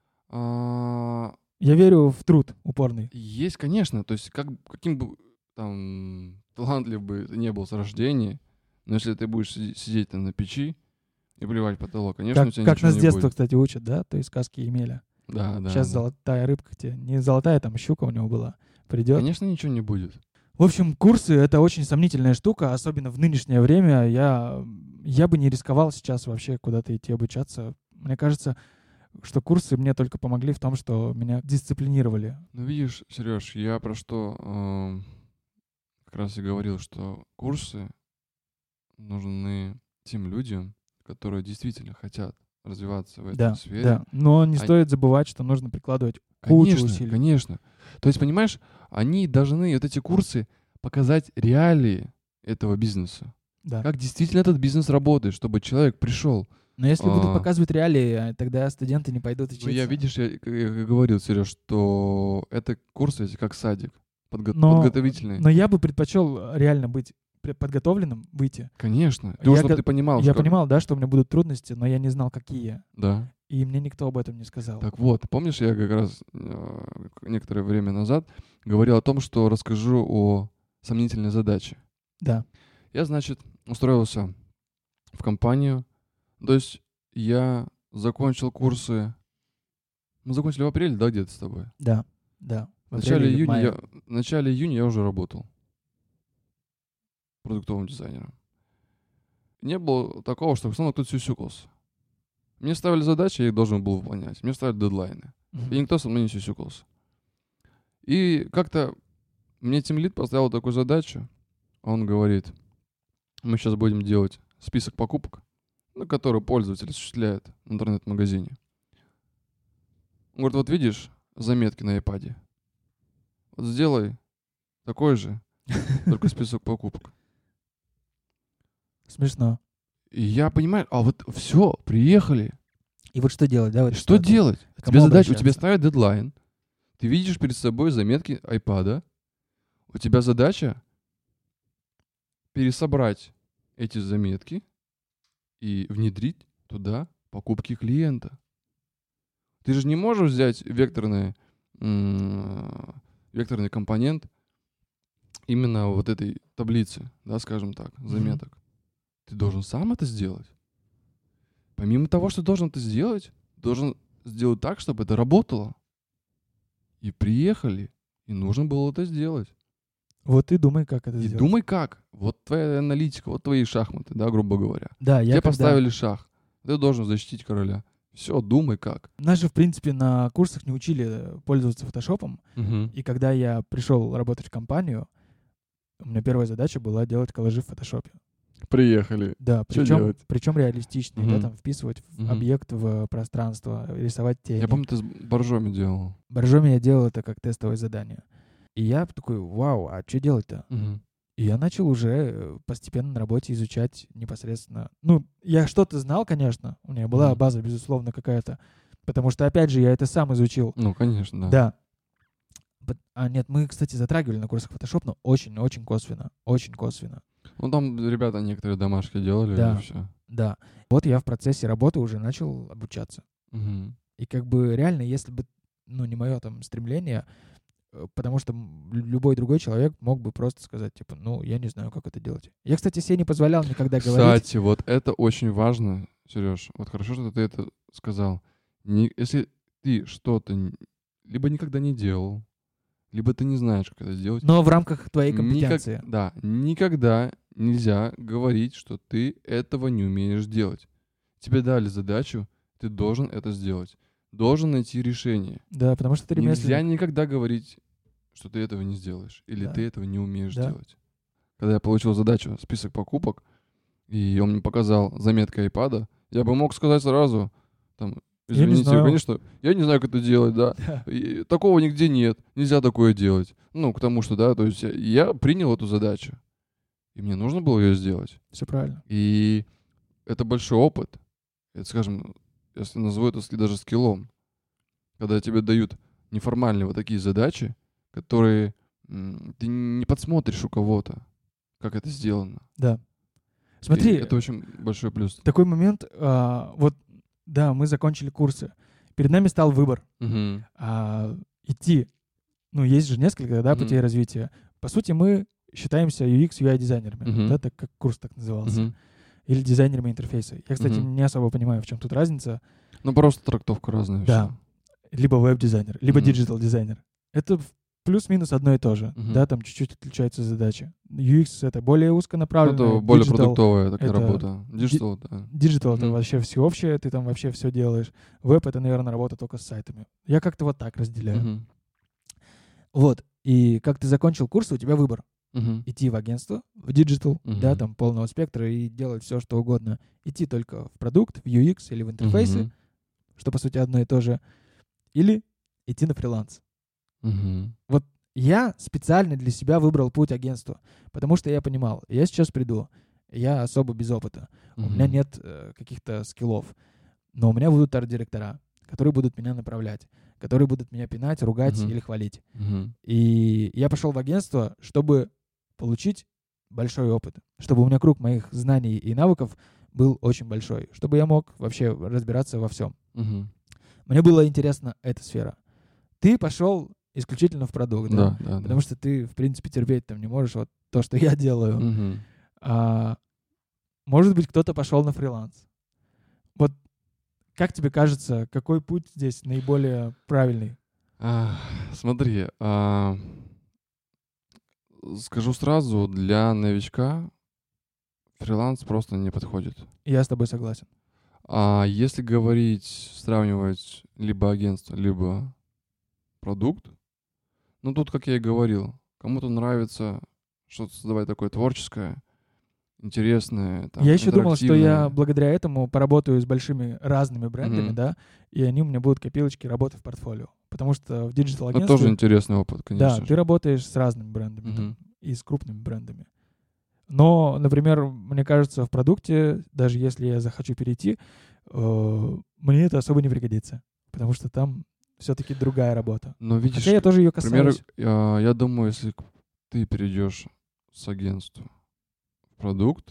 Я верю в труд упорный. Есть, конечно. То есть каким бы там талантлив бы ты не был с рождения, но если ты будешь сидеть там на печи и плевать в потолок, конечно, у тебя как ничего нас не с детства, будет. кстати, учат, да? То есть сказки Емеля. Да. Сейчас золотая рыбка тебе. Не золотая, там щука у него была. Придет. Конечно, ничего не будет. В общем, курсы — это очень сомнительная штука, особенно в нынешнее время. Я бы не рисковал сейчас вообще куда-то идти обучаться. Мне кажется, что курсы мне только помогли в том, что меня дисциплинировали. Ну, видишь, Сереж, я про что как раз и говорил, что курсы нужны тем людям, которые действительно хотят развиваться в этой сфере. Да, но не стоит забывать, что нужно прикладывать кучу усилий. Конечно. То есть, понимаешь, они должны, вот эти курсы, показать реалии этого бизнеса. Да. Как действительно этот бизнес работает, чтобы человек пришел. Но если будут показывать реалии, тогда студенты не пойдут учиться. Ну, я говорил, Сереж, что это курсы эти как садик, подготовительный. Но я бы предпочел реально быть подготовленным, выйти. Конечно. Чтобы ты понимал. Я понимал, да, что у меня будут трудности, но я не знал, какие. Да. И мне никто об этом не сказал. Так вот, помнишь, я как раз некоторое время назад говорил о том, что расскажу о сомнительной задаче. Да. Я, значит, устроился в компанию. То есть я закончил курсы. Мы закончили в апреле, да, где-то с тобой? Да. В начале июня я уже работал продуктовым дизайнером. Не было такого, что со мной кто-то сюсюкался. Мне ставили задачи, я их должен был выполнять. Мне ставили дедлайны. И никто со мной не сюсюкался. И как-то мне тимлид поставил такую задачу. Он говорит, мы сейчас будем делать список покупок, который пользователь осуществляет в интернет-магазине. Он говорит, вот видишь заметки на iPad? Вот сделай такой же, только список покупок. Смешно. И я понимаю, вот все, приехали. И вот что делать, да? Что делать? Тебе задача, у тебя ставят дедлайн. Ты видишь перед собой заметки iPad. У тебя задача пересобрать эти заметки и внедрить туда покупки клиента. Ты же не можешь взять векторный компонент именно вот этой таблицы, да, скажем так, заметок. Ты должен сам это сделать. Помимо того, что должен это сделать, должен сделать так, чтобы это работало. И приехали, и нужно было это сделать. Вот ты думай, как это сделать. И думай как. Вот твоя аналитика, вот твои шахматы, да, грубо говоря. Да, тебе поставили шах. Ты должен защитить короля. Все, думай как. Нас же, в принципе, на курсах не учили пользоваться фотошопом. И когда я пришел работать в компанию, у меня первая задача была делать коллажи в фотошопе. Приехали. Да, причем реалистичные, да, там вписывать объект в пространство, рисовать тени. Я помню, ты с боржоми делал. Боржоми я делал это как тестовое задание. И я такой, вау, а что делать-то? И я начал уже постепенно на работе изучать непосредственно. Ну, я что-то знал, конечно, у меня была база, безусловно, какая-то, потому что, опять же, я это сам изучил. Ну, конечно, да. Да. А нет, мы, кстати, затрагивали на курсах Photoshop, но очень-очень косвенно, очень косвенно. Ну, там ребята некоторые домашки делали, да, и все. Да. Вот я в процессе работы уже начал обучаться. И как бы реально, если бы не мое там стремление, потому что любой другой человек мог бы просто сказать, типа, я не знаю, как это делать. Я, кстати, себе не позволял никогда говорить. Кстати, вот это очень важно, Сереж. Вот хорошо, что ты это сказал. Если ты что-то либо никогда не делал, либо ты не знаешь, как это сделать. Но в рамках твоей компетенции. Никогда нельзя говорить, что ты этого не умеешь делать. Тебе дали задачу, ты должен это сделать. Должен найти решение. Да, потому что ты ремесленник. Нельзя никогда говорить, что ты этого не сделаешь, или ты этого не умеешь делать. Когда я получил задачу, список покупок, и он мне показал заметки iPad, я бы мог сказать сразу, извините, конечно, я не знаю, как это делать, да. И такого нигде нет, нельзя такое делать. К тому, что, да, то есть я принял эту задачу, и мне нужно было ее сделать. Все правильно. И это большой опыт. Это, скажем, если назову это даже скиллом, когда тебе дают неформальные вот такие задачи, которые ты не подсмотришь у кого-то, как это сделано. Да. Смотри. И это очень большой плюс. Такой момент, мы закончили курсы. Перед нами стал выбор. Идти. Есть же несколько, путей развития. По сути, мы считаемся UX, UI-дизайнерами, так как курс так назывался. Или дизайнерами интерфейса. Я, кстати, не особо понимаю, в чем тут разница. Просто трактовка разная. Да. Либо веб-дизайнер, либо диджитал-дизайнер. Это плюс-минус одно и то же. Да, там чуть-чуть отличаются задачи. UX — это более узконаправленная. Это более продуктовая такая работа. Диджитал, да. Диджитал — это вообще всеобщее, ты там вообще все делаешь. Веб — это, наверное, работа только с сайтами. Я как-то вот так разделяю. Вот. И как ты закончил курс, у тебя выбор. Идти в агентство, в диджитал, там полного спектра и делать все, что угодно. Идти только в продукт, в UX или в интерфейсы, что, по сути, одно и то же. Или идти на фриланс. Вот я специально для себя выбрал путь агентства, потому что я понимал, я сейчас приду, я особо без опыта, у меня нет каких-то скиллов, но у меня будут арт-директора, которые будут меня направлять, которые будут меня пинать, ругать или хвалить. И я пошел в агентство, чтобы получить большой опыт, чтобы у меня круг моих знаний и навыков был очень большой, чтобы я мог вообще разбираться во всем. Мне было интересна эта сфера. Ты пошел исключительно в продукт, потому что ты, в принципе, терпеть там не можешь вот то, что я делаю. Может быть, кто-то пошел на фриланс. Вот как тебе кажется, какой путь здесь наиболее правильный? Смотри, скажу сразу, для новичка фриланс просто не подходит. Я с тобой согласен. Если сравнивать либо агентство, либо продукт, тут, как я и говорил, кому-то нравится что-то создавать такое творческое, интересное, я еще думал, что я благодаря этому поработаю с большими разными брендами, и они у меня будут копилочки работы в портфолио. Потому что в диджитал-агентстве... Это тоже интересный опыт, конечно. Да, ты работаешь с разными брендами и с крупными брендами. Но, например, мне кажется, в продукте, даже если я захочу перейти, мне это особо не пригодится. Потому что там все-таки другая работа. Но видишь, хотя я тоже ее касаюсь. Например, я думаю, если ты перейдешь с агентства в продукт,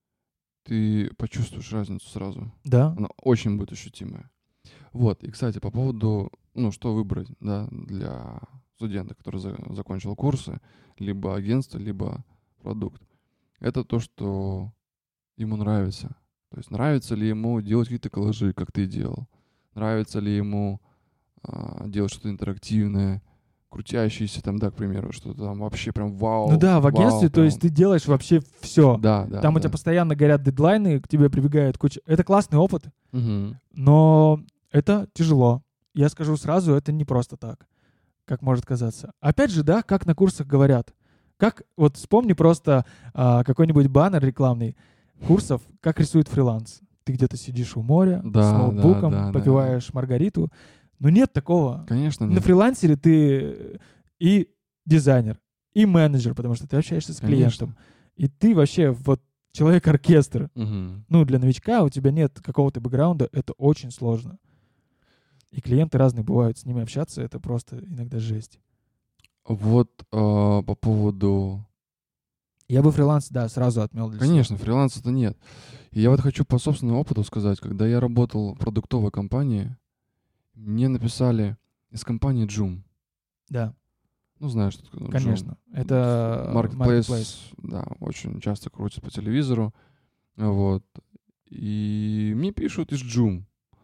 ты почувствуешь разницу сразу. Да. Она очень будет ощутимая. Вот. И, кстати, по поводу, что выбрать, для студента, который закончил курсы, либо агентство, либо продукт. Это то, что ему нравится. То есть нравится ли ему делать какие-то коллажи, как ты делал? Нравится ли ему делать что-то интерактивное, крутящееся там, к примеру, что-то там вообще прям вау. В агентстве, то есть ты делаешь вообще все. Да. Там у тебя постоянно горят дедлайны, к тебе прибегает куча... Это классный опыт, но это тяжело. Я скажу сразу, это не просто так, как может казаться. Опять же, как на курсах говорят. Вот вспомни просто какой-нибудь баннер рекламный курсов, как рисует фриланс. Ты где-то сидишь у моря с ноутбуком, попиваешь маргариту. Но нет такого. Конечно нет. На фрилансере ты и дизайнер, и менеджер, потому что ты общаешься с клиентом. И ты вообще вот человек-оркестр. Для новичка у тебя нет какого-то бэкграунда, это очень сложно. И клиенты разные бывают, с ними общаться — это просто иногда жесть. Вот по поводу... Я бы фриланс, сразу отмел для себя. Конечно, фриланса-то нет. И я вот хочу по собственному опыту сказать, когда я работал в продуктовой компании, мне написали из компании Joom. Да, Ну, знаешь, что такое Joom. конечно. Это Marketplace, да, очень часто крутят по телевизору. Вот. И мне пишут из Joom.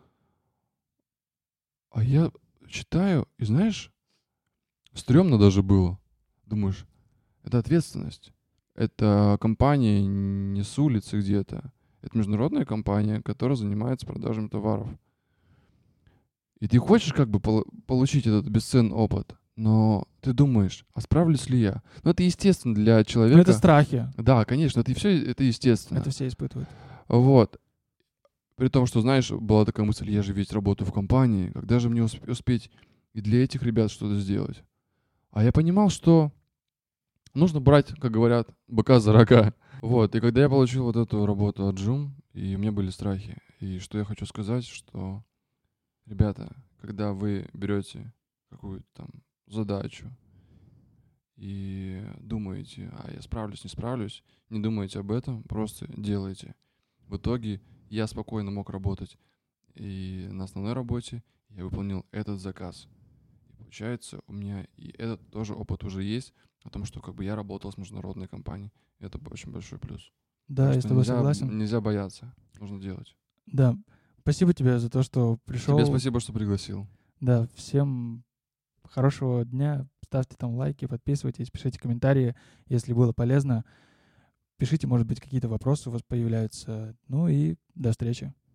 А я читаю, и знаешь, стрёмно даже было. Думаешь, это ответственность. Это компания не с улицы где-то. Это международная компания, которая занимается продажами товаров. И ты хочешь как бы получить этот бесценный опыт, но ты думаешь, а справлюсь ли я? Ну, это естественно для человека. Ну, это страхи. Да, конечно, это все, это естественно. Это все испытывают. Вот. При том, что, знаешь, была такая мысль, я же ведь работаю в компании, когда же мне успеть и для этих ребят что-то сделать? А я понимал, что нужно брать, как говорят, быка за рога. Вот, и когда я получил вот эту работу от Joom, и у меня были страхи. И что я хочу сказать, что, ребята, когда вы берете какую-то там задачу и думаете, а я справлюсь, не справлюсь, не думайте об этом, просто делайте. В итоге я спокойно мог работать и на основной работе я выполнил этот заказ. И получается, у меня и этот тоже опыт уже есть, о том, что как бы я работал с международной компанией. Это очень большой плюс. Да, Так я с что тобой согласен. нельзя бояться, нужно делать. Да. Спасибо тебе за то, что пришел. Тебе спасибо, что пригласил. Да, всем хорошего дня. Ставьте там лайки, подписывайтесь, пишите комментарии, если было полезно. Пишите, может быть, какие-то вопросы у вас появляются. Ну и до встречи.